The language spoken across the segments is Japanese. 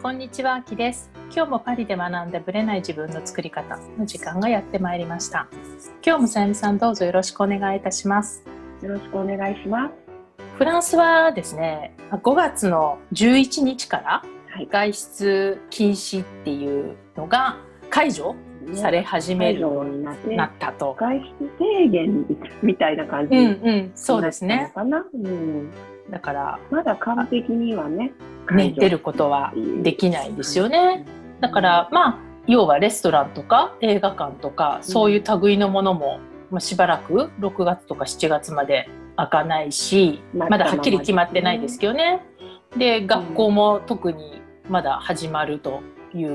こんにちは、あきです。今日もパリで学んでブレない自分の作り方の時間がやってまいりました。今日もさゆみさん、どうぞよろしくお願いいたします。 よろしくお願いします。 フランスはですね、5月の11日から外出禁止っていうのが解除され始めるようになったと。 外出制限みたいな感じになったのかな。 だからまだ完璧にはね出ることはできないですよね。だから要はレストランとか映画館とかそういう類のものも、しばらく6月とか7月まで開かないし、まだはっきり決まってないですけどね。で、学校も特にまだ始まるという、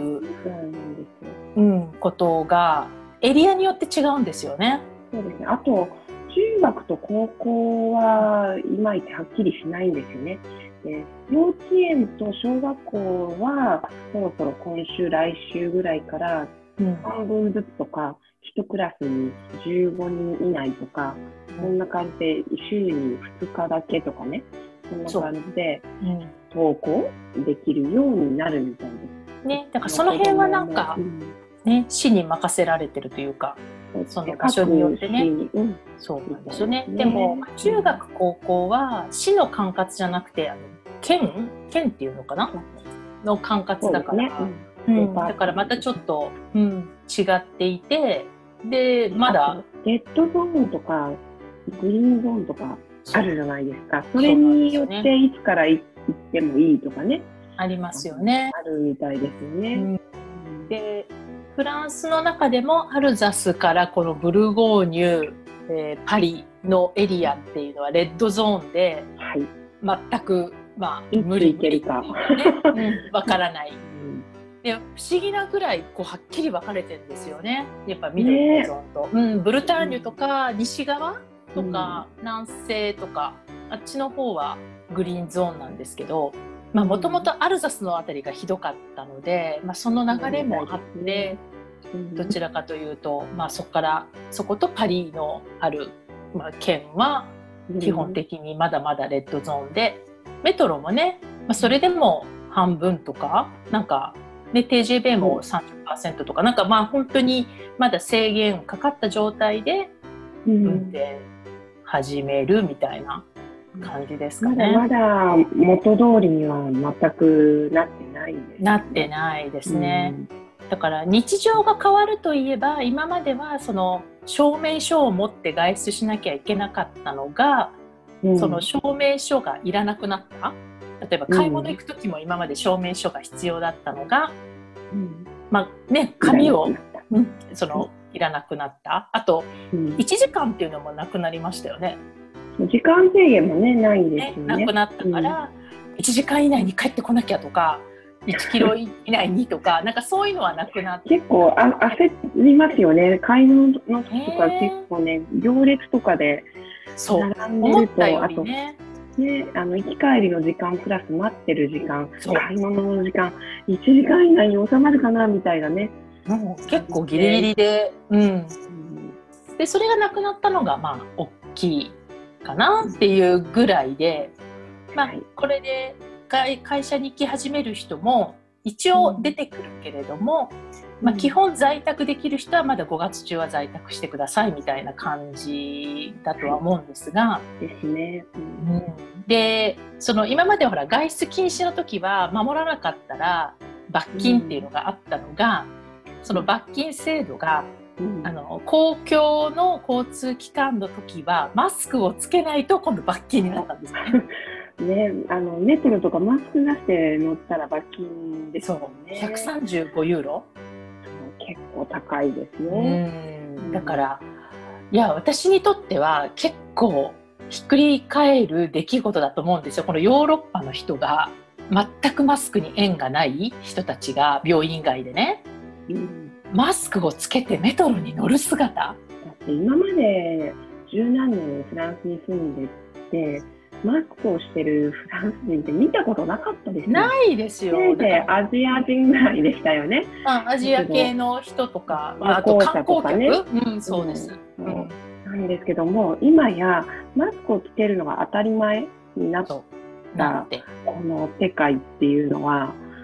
ことがエリアによって違うんですよね。 そうですね。あと中学と高校はいまいちはっきりしないんですよね。で、幼稚園と小学校はそろそろ今週来週ぐらいから半分ずつとか、1クラスに15人以内とか、そんな感じで週に2日だけとかね、そんな感じで登校できるようになるみたいですね。だからその辺はなんか、市に任せられてるというか、その場所によってね、そうなんですよね。でも中学高校は市の管轄じゃなくて県っていうのかなの管轄だから、だからまたちょっと、違っていて、でまだレッドゾーンとかグリーンゾーンとかあるじゃないですか。それによっていつから行ってもいいとかね、 ありますよね。 あるみたいですよね。 でフランスの中でもアルザスからこのブルゴーニュ、パリのエリアっていうのはレッドゾーンで、全く無理かわからない。で不思議なぐらいはっきり分かれてるんですよね。やっぱ緑のゾーンと、ブルターニュとか西側とか、南西とかあっちの方はグリーンゾーンなんですけど、もともとアルザスのあたりがひどかったので、その流れもあって、どちらかというと、そことパリのある、県は基本的にまだまだレッドゾーンで、メトロもね、それでも半分とかなんか、ね、TGV も 30% とかなんか本当にまだ制限かかった状態で運転始めるみたいな感じですかね。 まだ元通りには全くなってないですね。 なってないですね。だから日常が変わるといえば、今まではその証明書を持って外出しなきゃいけなかったのが、その証明書がいらなくなった。例えば買い物行く時も今まで証明書が必要だったのが、紙をいらなくなった。あと、1時間っていうのもなくなりましたよね。 時間制限もね、ないですよね。 なくなったから、1時間以内に帰ってこなきゃとか、1キロ以内にとか、なんかそういうのはなくなって。 結構焦りますよね。買い物の時とか結構ね、行列とかで並んでると、あと行き帰りの時間プラス待ってる時間、買い物の時間、1時間以内に収まるかなみたいなね。 結構ギリギリで、でそれがなくなったのが大きいかなっていうぐらいで、これで会社に行き始める人も一応出てくるけれども、基本在宅できる人はまだ5月中は在宅してくださいみたいな感じだとは思うんですが、 ですね。 でその今まで外出禁止の時は守らなかったら罰金っていうのがあったのが、その罰金制度が、公共の交通機関の時はマスクをつけないと今度罰金になったんですね。 メトロとかマスクなしで乗ったら罰金ですよね。 135ユーロ。 結構高いですよ。 だから私にとっては結構ひっくり返る出来事だと思うんですよ。このヨーロッパの人が全くマスクに縁がない人たちが病院外でね、マスクをつけてメトロに乗る姿。だって今まで十何年フランスに住んでて、マスクをしてるフランス人って見たことなかったですよ。 ないですよ。 アジア人ぐらいでしたよね。 アジア系の人とか、あと観光客ね。そうです。 なんですけども、今やマスクをつけるのが当たり前になったこの世界っていうのは、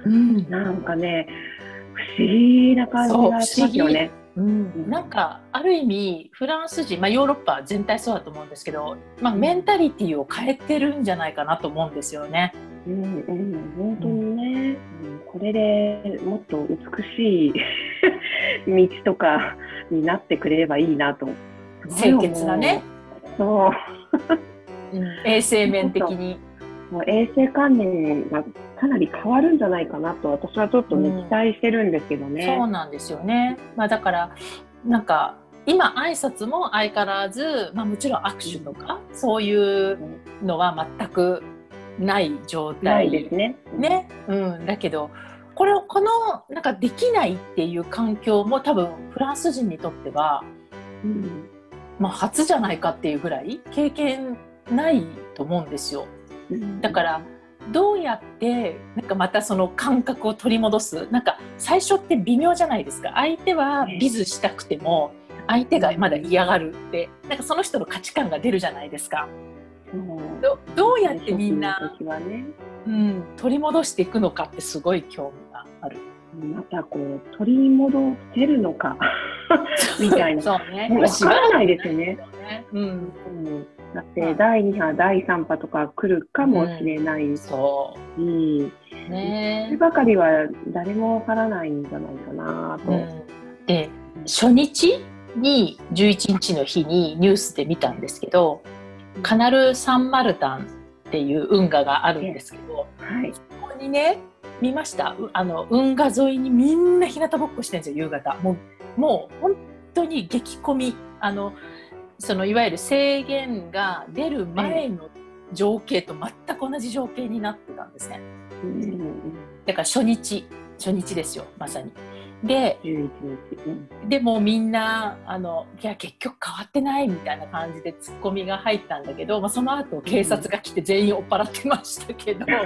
なんかね、不思議な感じがしますよね。 なんかある意味フランス人、ヨーロッパ全体そうだと思うんですけど、メンタリティを変えてるんじゃないかなと思うんですよね。 本当にね、これでもっと美しい道とかになってくれればいいなと。 清潔なね。 そう、 衛生面的に。 もう衛生観念がかなり変わるんじゃないかなと私はちょっとね、期待してるんですけどね。 そうなんですよね。だからなんか今挨拶も相変わらず、もちろん握手とか、そういうのは全くない状態。 ないですね。 だけどこのなんかできないっていう環境も多分フランス人にとっては、初じゃないかっていうぐらい経験ないと思うんですよ。だからどうやってなんかまたその感覚を取り戻す、なんか最初って微妙じゃないですか。相手はビズしたくても相手がまだ嫌がるって、なんかその人の価値観が出るじゃないですか。どうやってみんな、取り戻していくのかってすごい興味がある。 またこう取り戻せるのかみたいな。 そうね。 わからないですよね。だって第2波、第3波とか来るかもしれないし、そればかりは誰もわからないんじゃないかなと。 で、初日に11日の日にニュースで見たんですけど、カナル・サンマルタンっていう運河があるんですけど、そこにね、見ました？運河沿いにみんな日向ぼっこしてるんですよ、夕方。もう本当に激混み。そのいわゆる制限が出る前の情景と全く同じ情景になってたんですね。だから初日ですよ、まさに。で、でもみんないや結局変わってないみたいな感じでツッコミが入ったんだけど、その後警察が来て全員追っ払ってましたけど、で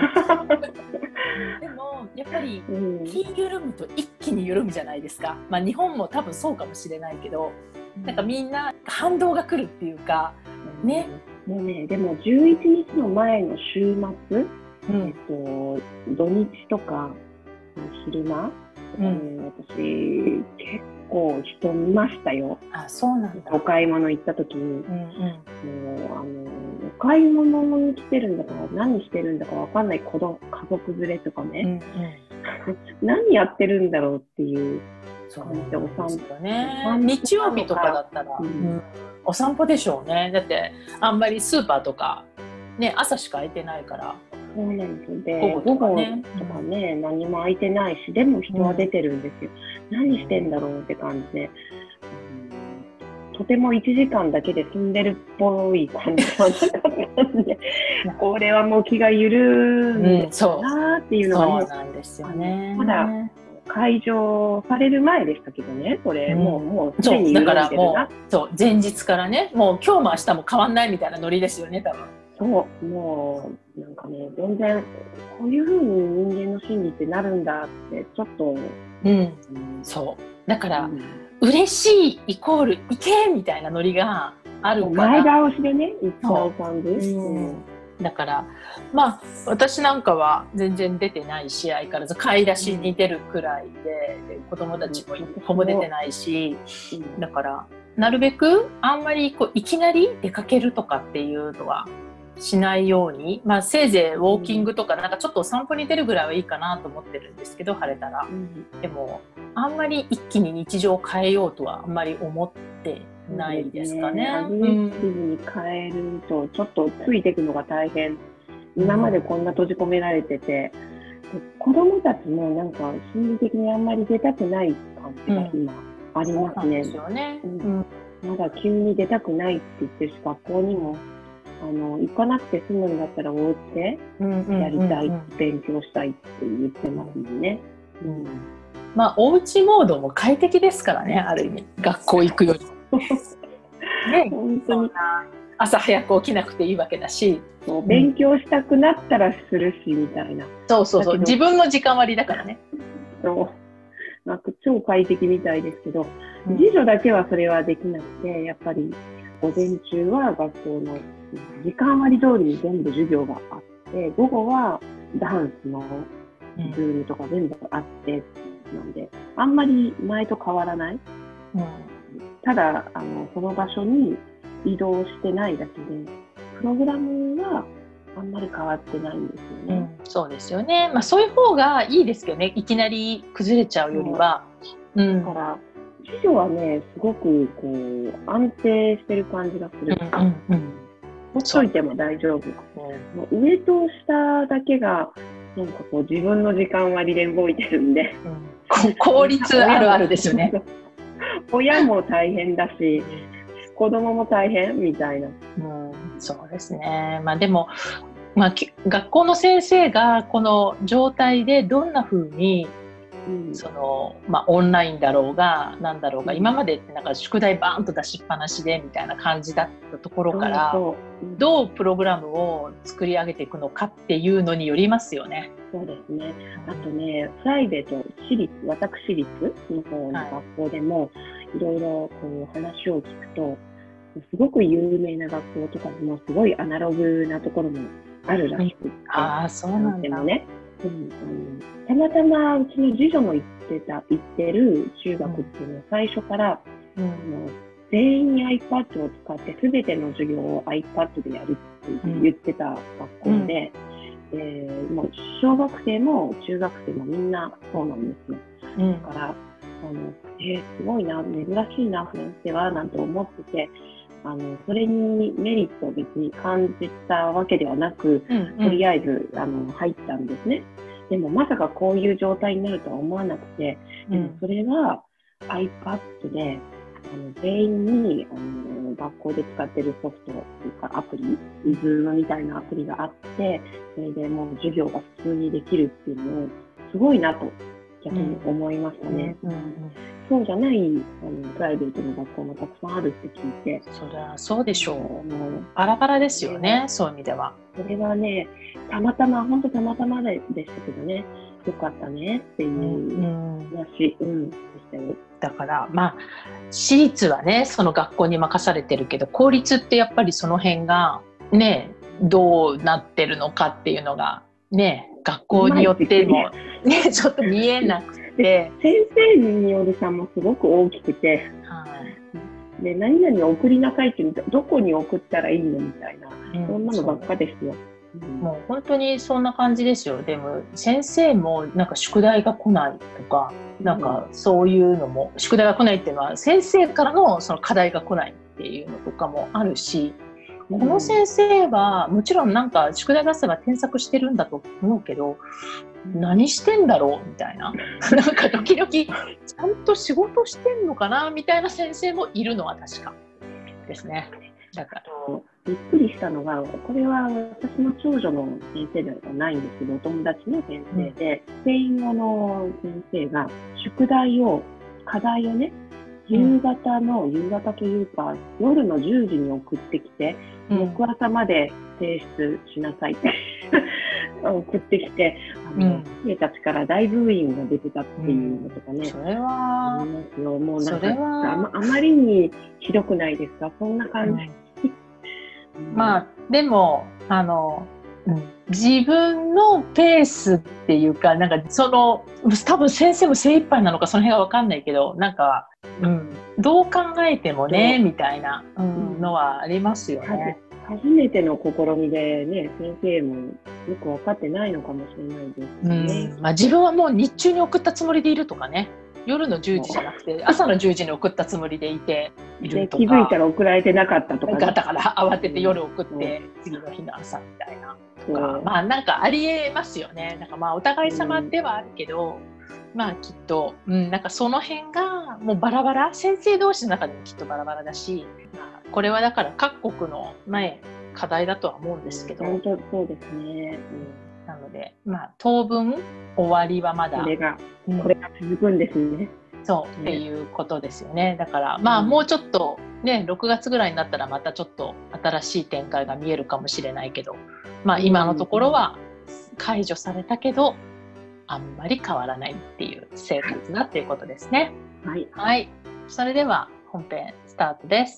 もやっぱり気緩むと一気に緩むじゃないですか。日本も多分そうかもしれないけど、なんかみんな反動が来るっていうかね。 もうね、でも11日の前の週末、土日とか昼間、私結構人見ましたよ。 そうなんだ。 お買い物行った時に、お買い物に来てるんだから何してるんだか分かんない家族連れとかね、何やってるんだろうっていう感じでお散歩ね。日曜日とかだったら、お散歩でしょうね。だってあんまりスーパーとかね、朝しか開いてないから。 そうなんですよ。で、午後とかね、何も開いてないし、でも人は出てるんですよ。何してんだろうって感じで、とても1時間だけで済んでるっぽい感じはなかったんで、これはもう気が緩んでるなっていうのがもう、 そうなんですよね。 まだ解除される前でしたけどね、これ、もうすでに緩んでるな。だからもう、前日からね、もう今日も明日も変わんないみたいなノリですよね、多分。 そう、もうなんかね、全然こういう風に人間の心理ってなるんだってちょっと、 そうだから、嬉しいイコールいけみたいなノリがあるから、 前倒しでねいっちゃう感じ。 だから私なんかは全然出てないし、相変わらず買い出しに出るくらいで、子供たちも一歩も出てないし、だからなるべくあんまりいきなり出かけるとかっていうのはしないように、せいぜいウォーキングとか、なんかちょっとお散歩に出るぐらいはいいかなと思ってるんですけど、晴れたら。でもあんまり一気に日常を変えようとはあんまり思ってないですかね。 アグレッシブに変えるとちょっとついていくのが大変。今までこんな閉じ込められてて、子供たちもなんか心理的にあんまり出たくない感じが今ありますね。まだ急に出たくないって言ってるし、学校にも行かなくて済むんだったらお家でやりたい、勉強したいって言ってますもんね。 おうちモードも快適ですからね、ある意味学校行くよりね、本当に朝早く起きなくていいわけだし、 勉強したくなったらするしみたいな。 そう自分の時間割だからね。 なんか超快適みたいですけど、次女だけはそれはできなくて、やっぱり午前中は学校の時間割通りに全部授業があって、午後はダンスの Zoom とか全部あってなんで、あんまり前と変わらない。ただその場所に移動してないだけで、プログラムはあんまり変わってないんですよね。 そうですよね。そういう方がいいですけどね。いきなり崩れちゃうよりは。 だから次女はね、すごくこう安定してる感じがする。ほっといても大丈夫。上と下だけがなんかこう自分の時間割で動いてるんで、 効率あるあるですよね。 親も大変だし、子供も大変みたいな。 そうですね。でも、学校の先生がこの状態でどんな風にオンラインだろうがなんだろうが、今までってなんか宿題バーンと出しっぱなしでみたいな感じだったところから、どうプログラムを作り上げていくのかっていうのによりますよね。 そうですね。あとね、プライベート、私立の方の学校でも、いろいろこう話を聞くと、すごく有名な学校とかでもすごいアナログなところもあるらしくて、 そうなんだ。 でもね、たまたまうちの次女の行ってる中学っていうのは最初から、全員に iPad を使って全ての授業を iPad でやるって言ってた学校で、もう小学生も中学生もみんなそうなんですよ。だからすごいな、珍しいな、フランスではなんて思ってて、それにメリットを別に感じたわけではなく、とりあえず入ったんですね。でもまさかこういう状態になるとは思わなくて、でもそれは iPad で全員に学校で使ってるソフトというかアプリ、Zoom みたいなアプリがあって、それでもう授業が普通にできるっていうのをすごいなと逆に思いましたね。そうじゃないプライベートの学校もたくさんあるって聞いて。 そりゃそうでしょう。バラバラですよね、そういう意味では。 それはね、本当たまたまでしたけどね、よかったねっていう話、でしたよ。 だから私立はね、その学校に任されてるけど、公立ってやっぱりその辺がね、どうなってるのかっていうのがね、学校によってもね、ちょっと見えなくて、 先生による差もすごく大きくて、で何々送りなさいってどこに送ったらいいのみたいな、そんなのばっかですよ。 もう本当にそんな感じですよ。でも先生もなんか宿題が来ないとか、なんかそういうのも、宿題が来ないっていうのは先生からのその課題が来ないっていうのとかもあるし、この先生はもちろんなんか宿題出せば添削してるんだと思うけど、何してんだろうみたいな、なんか時々ちゃんと仕事してんのかなみたいな先生もいるのは確かですね。だからびっくりしたのが、これは私の長女の先生ではないんですけど、お友達の先生で、スペイン語の先生が課題をね、夕方というか夜の10時に送ってきて、翌朝まで提出しなさいって送ってきて、生たちから大ブーイングが出てたっていうのとかね。 それはもうなんかあまりにひどくないですか、そんな感じ。 でも自分のペースっていうか、なんか多分先生も精一杯なのかその辺が分かんないけど、なんか、どう考えてもねみたいなのはありますよね。 初めての試みでね、先生もよく分かってないのかもしれないですね。 自分はもう日中に送ったつもりでいるとかね、夜の10時じゃなくて朝の10時に送ったつもりでいるとか、 気づいたら送られてなかったとか、 だから慌てて夜送って次の日の朝みたいなとか、なんかありえますよね。なんかお互い様ではあるけど、きっと、なんかその辺がもうバラバラ、先生同士の中でもきっとバラバラだし、これはだから各国の課題だとは思うんですけど、 本当そうですね。 なので当分終わりはまだこれが続くんですね。 そうっていうことですよね。だからもうちょっとね、6月ぐらいになったらまたちょっと新しい展開が見えるかもしれないけど、今のところは解除されたけどあんまり変わらないっていう生活だっていうことですね。はい、それでは本編スタートです。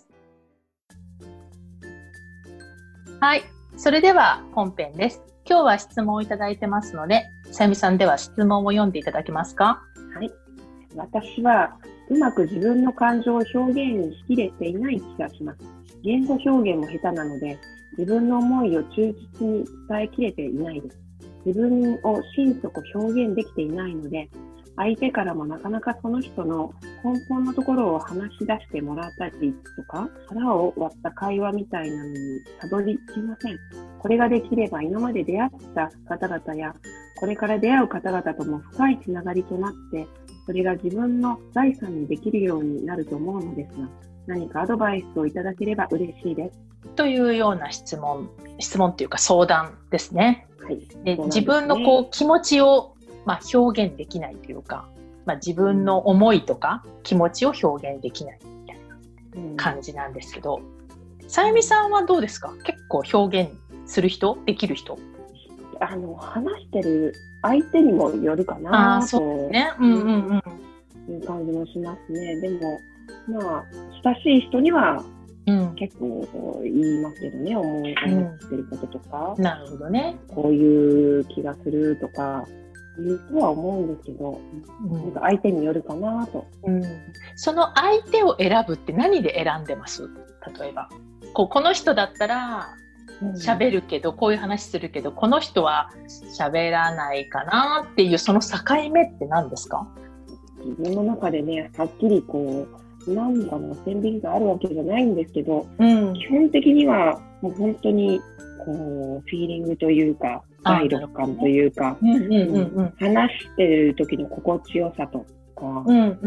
はい、それでは本編です。今日は質問をいただいてますので、 さゆみさんでは質問を読んでいただけますか？ はい。私はうまく自分の感情を表現しきれていない気がします。言語表現も下手なので、自分の思いを忠実に伝えきれていないです。自分を心底表現できていないので、相手からもなかなかその人の根本のところを話し出してもらったりとか、腹を割った会話みたいなのにたどり着きません。これができれば今まで出会った方々や、これから出会う方々とも深いつながりとなって、それが自分の財産にできるようになると思うのですが、何かアドバイスをいただければ嬉しいです。 というような質問というか相談ですね。 はい。 で、自分のこう気持ちを表現できないというか、自分の思いとか気持ちを表現できないみたいな感じなんですけど、さゆみさんはどうですか？結構表現する人、できる人？ 話してる相手にもよるかなという感じもしますね。でも親しい人には結構言いますけどね、思ってることとか、 なるほどね、 こういう気がするとか言うとは思うんですけど、なんか相手によるかなと、 その相手を選ぶって何で選んでます？例えばこの人だったら喋るけど、こういう話するけど、この人は喋らないかなっていう、その境目って何ですか？ 自分の中でね、はっきりなんかの線引きがあるわけじゃないんですけど、基本的にはもう本当にフィーリングというか、第六感というか、話してる時の心地よさとか、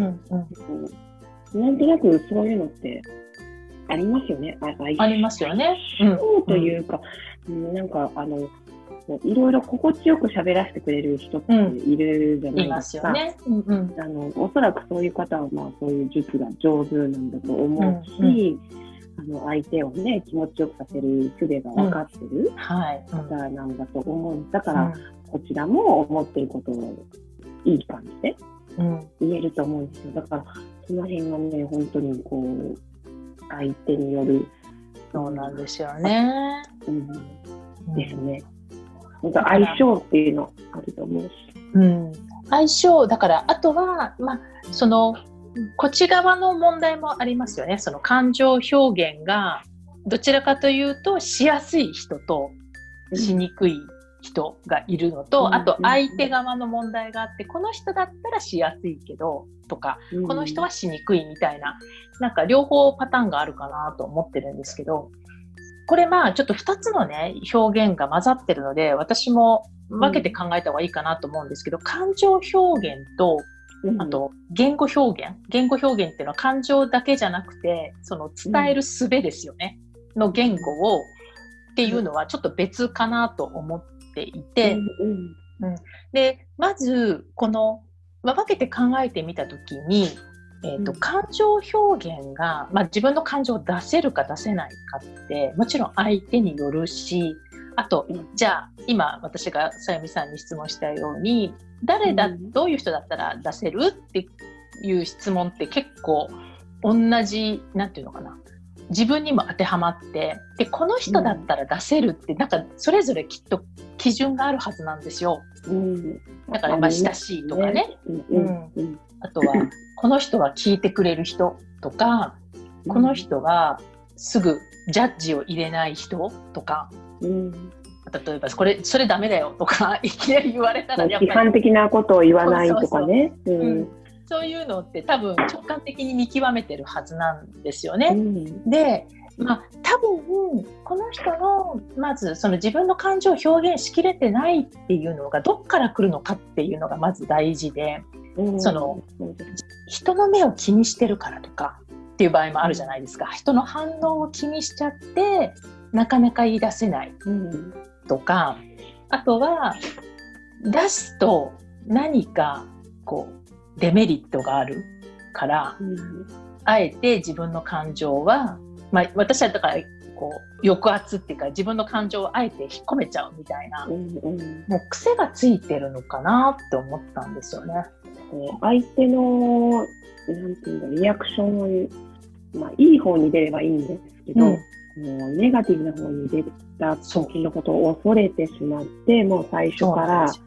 なんとなくそういうのってありますよね。 ありますよね。 そうというか、なんかいろいろ心地よく喋らせてくれる人っているじゃないですか。いますよね。おそらくそういう方はそういう術が上手なんだと思うし、相手をね気持ちよくさせる術が分かってる方なんだと思うんです。だから、こちらも思っていることをいい感じで言えると思うんですよ。だからその辺はね、本当に相手による。 そうなんですよね。 ですね。相性っていうのあると思うし。 相性だから、あとはそのこっち側の問題もありますよね。その感情表現がどちらかというとしやすい人としにくい人がいるのと、あと相手側の問題があって、この人だったらしやすいけどとか、この人はしにくいみたいな、なんか両方パターンがあるかなと思ってるんですけど、これちょっと2つのね表現が混ざってるので、私も分けて考えた方がいいかなと思うんですけど、感情表現とあと言語表現っていうのは感情だけじゃなくて、その伝える術ですよね、の言語をっていうのはちょっと別かなと思っていて、でまずこの分けて考えてみたときに、感情表現が、自分の感情を出せるか出せないかってもちろん相手によるし、あと、じゃあ今私がさゆみさんに質問したように、どういう人だったら出せるっていう質問って結構同じ、なんていうのかな、自分にも当てはまって、でこの人だったら出せるってなんかそれぞれきっと基準があるはずなんですよ。だから親しいとかね、あとはこの人は聞いてくれる人とか、この人はすぐジャッジを入れない人とか、例えばそれダメだよとかいきなり言われたらやっぱり批判的なことを言わないとかね、 そういうのって多分直感的に見極めてるはずなんですよね。で、多分この人のまずその自分の感情を表現しきれてないっていうのがどっから来るのかっていうのがまず大事で、その人の目を気にしてるからとかっていう場合もあるじゃないですか。人の反応を気にしちゃってなかなか言い出せないとか、あとは出すと何かデメリットがあるから、あえて自分の感情は、私はだから抑圧っていうか自分の感情をあえて引っ込めちゃうみたいな、もう癖がついてるのかなって思ったんですよね。 相手のなんていうんだろう、リアクションを、いい方に出ればいいんですけど、ネガティブな方に出た時のことを恐れてしまって、もう最初から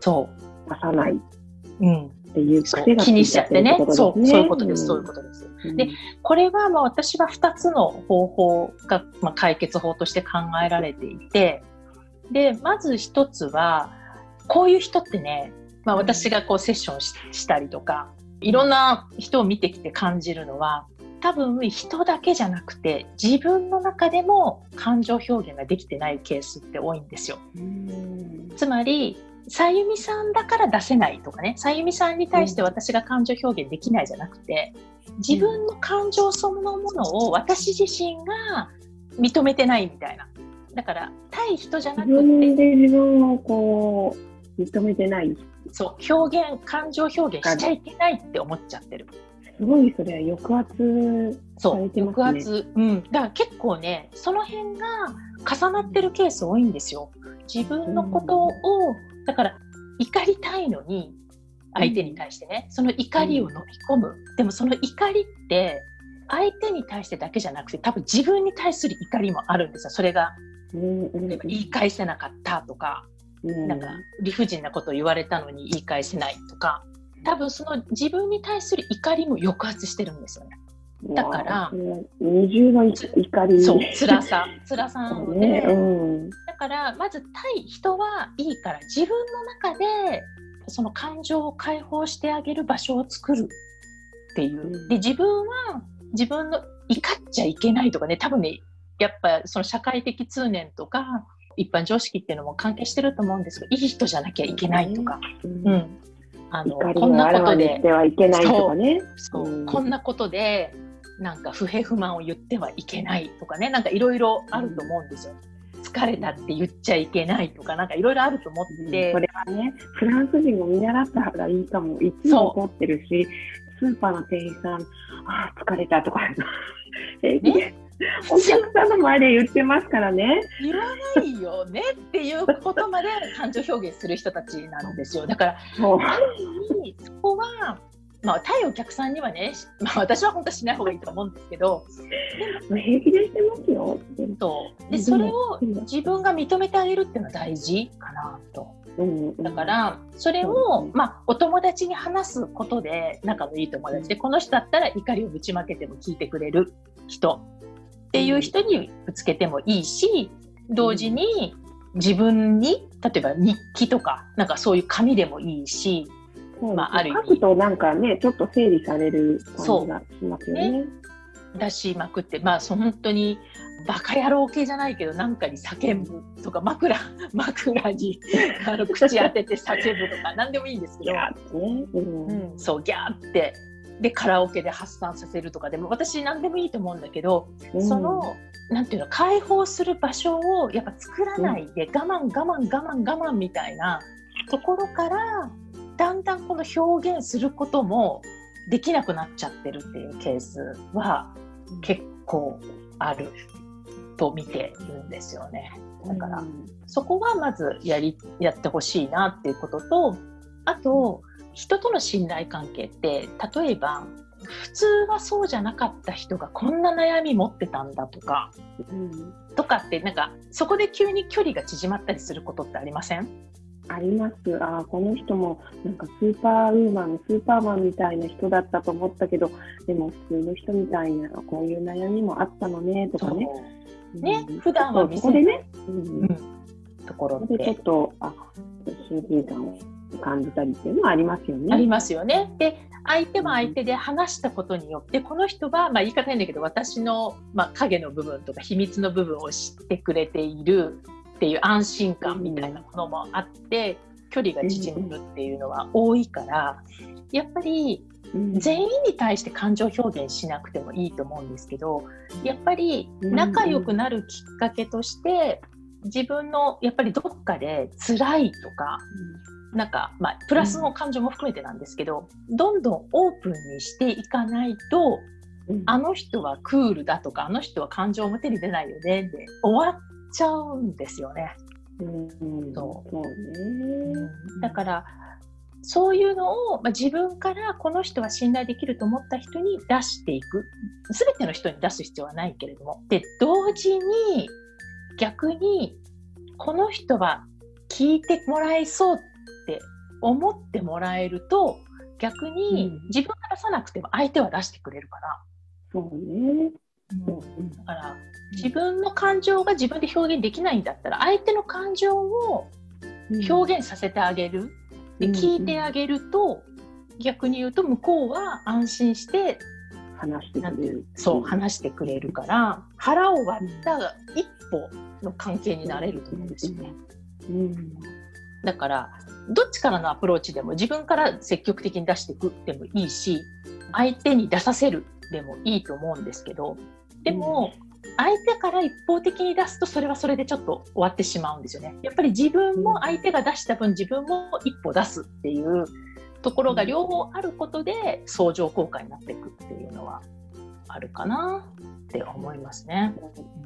出さないっていう癖がついちゃってね。そういうことです。そういうことです。で、これは私は2つの方法が解決法として考えられていて、で、まず1つは、こういう人ってね、私がセッションしたりとか、いろんな人を見てきて感じるのは、多分人だけじゃなくて自分の中でも感情表現ができてないケースって多いんですよ。つまりさゆみさんだから出せないとかね、さゆみさんに対して私が感情表現できないじゃなくて、自分の感情そのものを私自身が認めてないみたいな。だから対人じゃなくて自分で自分を認めてない。 そう、感情表現しちゃいけないって思っちゃってる。 すごいそれは抑圧されてますね。 抑圧。だから結構ね、その辺が重なってるケース多いんですよ。自分のことを、だから怒りたいのに相手に対してね、その怒りを飲み込む。でもその怒りって相手に対してだけじゃなくて、多分自分に対する怒りもあるんですよ。それが例えば言い返せなかったとか、なんか理不尽なことを言われたのに言い返せないとか、多分その自分に対する怒りも抑圧してるんですよね。だから二重の怒り、 そう、辛さなので、だからまず対人はいいから自分の中でその感情を解放してあげる場所を作るっていう。で、自分は自分の怒っちゃいけないとかね、多分ね、やっぱその社会的通念とか一般常識っていうのも関係してると思うんですけど、いい人じゃなきゃいけないとか、 こんなことではいけないとかね。 こんなことでなんか不平不満を言ってはいけないとかね、なんかいろいろあると思うんですよ。疲れたって言っちゃいけないとか、なんかいろいろあると思って、 これはね、フランス人も見習った方がいいかも。いつも怒ってるし、スーパーの店員さん、疲れたとか平気でお客さんの前で言ってますからね。 言わないよねっていうことまで感情表現する人たちなんですよ。だからある意味そこは、対お客さんにはね、私は本当はしない方がいいと思うんですけど、 でも平気でしてますよ。 でそれを自分が認めてあげるっていうのは大事かなと。だからそれを、お友達に話すことで、仲のいい友達で、この人だったら怒りをぶちまけても聞いてくれる人っていう人にぶつけてもいいし、同時に自分に例えば日記とかなんかそういう紙でもいいし、ある意味書くとなんかね、ちょっと整理される感じがしますよね。 出しまくって、本当にバカ野郎系じゃないけど、なんかに叫ぶとか、枕に口当てて叫ぶとか、何でもいいんですけど、そうギャーってでカラオケで発散させるとかでも私何でもいいと思うんだけど、そのなんていうの、解放する場所をやっぱ作らないで、我慢みたいなところからだんだんこの表現することもできなくなっちゃってるっていうケースは結構あると見ているんですよね。だからそこはまずやってほしいなっていうことと、あと人との信頼関係って、例えば普通はそうじゃなかった人がこんな悩み持ってたんだとか、とかって、なんかそこで急に距離が縮まったりすることってありません？ あります。この人もなんかスーパーウーマン、スーパーマンみたいな人だったと思ったけど、でも普通の人みたいなこういう悩みもあったのねとかね。 普段は見せないところでちょっと親近感を感じたりっていうのはありますよね。 ありますよね。で、相手は相手で話したことによって、この人は、言い方変だけど、私の、影の部分とか秘密の部分を知ってくれているっていう安心感みたいなものもあって、距離が縮むっていうのは多いから、やっぱり全員に対して感情表現しなくてもいいと思うんですけど、やっぱり仲良くなるきっかけとして、自分のやっぱりどっかで辛いとか、なんかプラスの感情も含めてなんですけど、どんどんオープンにしていかないと、あの人はクールだとか、あの人は感情表に出ないよねで終わっちゃうんですよね。だからそういうのを、自分からこの人は信頼できると思った人に出していく。全ての人に出す必要はないけれども、で同時に逆にこの人は聞いてもらえそうって思ってもらえると、逆に自分が出さなくても相手は出してくれるから。 そうね。 だから自分の感情が自分で表現できないんだったら、相手の感情を表現させてあげる、で聞いてあげると、逆に言うと向こうは安心して話してくれる。 話してくれるから、腹を割った一歩の関係になれると思うんですよね。だからどっちからのアプローチでも、自分から積極的に出していくでもいいし、相手に出させるでもいいと思うんですけど、でも、相手から一方的に出すと、それはそれでちょっと終わってしまうんですよね。やっぱり自分も相手が出した分、自分も一歩出すっていうところが両方あることで相乗効果になっていくっていうのはあるかなって思いますね。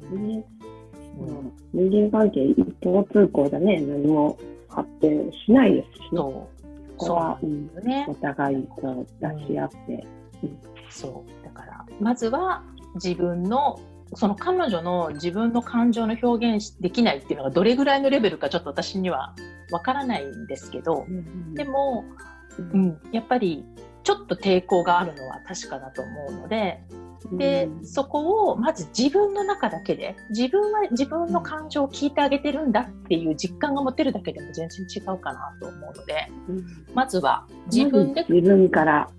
人間関係一方通行だね。何も発展しないですしね。ここはお互いこう出し合って、 そうだからまずは自分のその彼女の自分の感情の表現できないっていうのがどれぐらいのレベルかちょっと私にはわからないんですけど、でも、やっぱりちょっと抵抗があるのは確かだと思うので、そこをまず自分の中だけで、自分は自分の感情を聞いてあげてるんだっていう実感が持てるだけでも全然違うかなと思うので、まずは自分から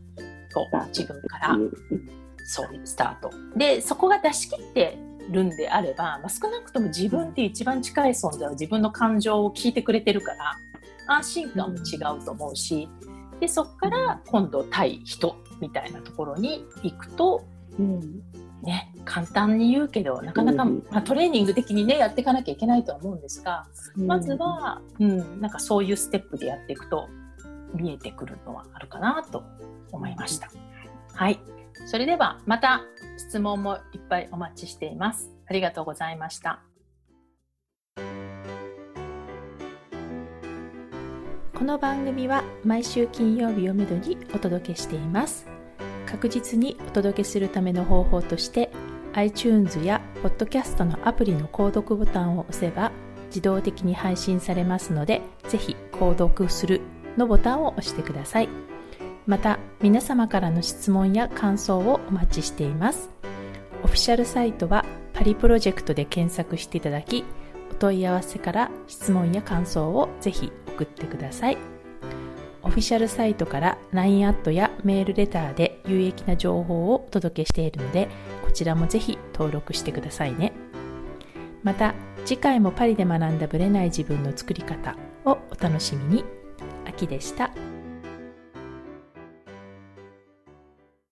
スタートで、そこが出し切ってるんであれば、少なくとも自分って一番近い存在は自分の感情を聞いてくれてるから安心感も違うと思うし、でそこから今度対人みたいなところに行くと、簡単に言うけどなかなか、トレーニング的にねやっていかなきゃいけないとは思うんですが、まずは、なんかそういうステップでやっていくと見えてくるのはあるかなと思いました。はい、それではまた質問もいっぱいお待ちしています。ありがとうございました。 この番組は毎週金曜日をめどにお届けしています。確実にお届けするための方法として iTunes や Podcast のアプリの購読ボタンを押せば自動的に配信されますので、ぜひ購読するのボタンを押してください。また皆様からの質問や感想をお待ちしています。オフィシャルサイトはパリプロジェクトで検索していただき、お問い合わせから質問や感想をぜひ送ってください。オフィシャルサイトから LINE アットやメールレターで有益な情報をお届けしているので、こちらもぜひ登録してくださいね。また次回もパリで学んだブレない自分の作り方をお楽しみに。あきでした。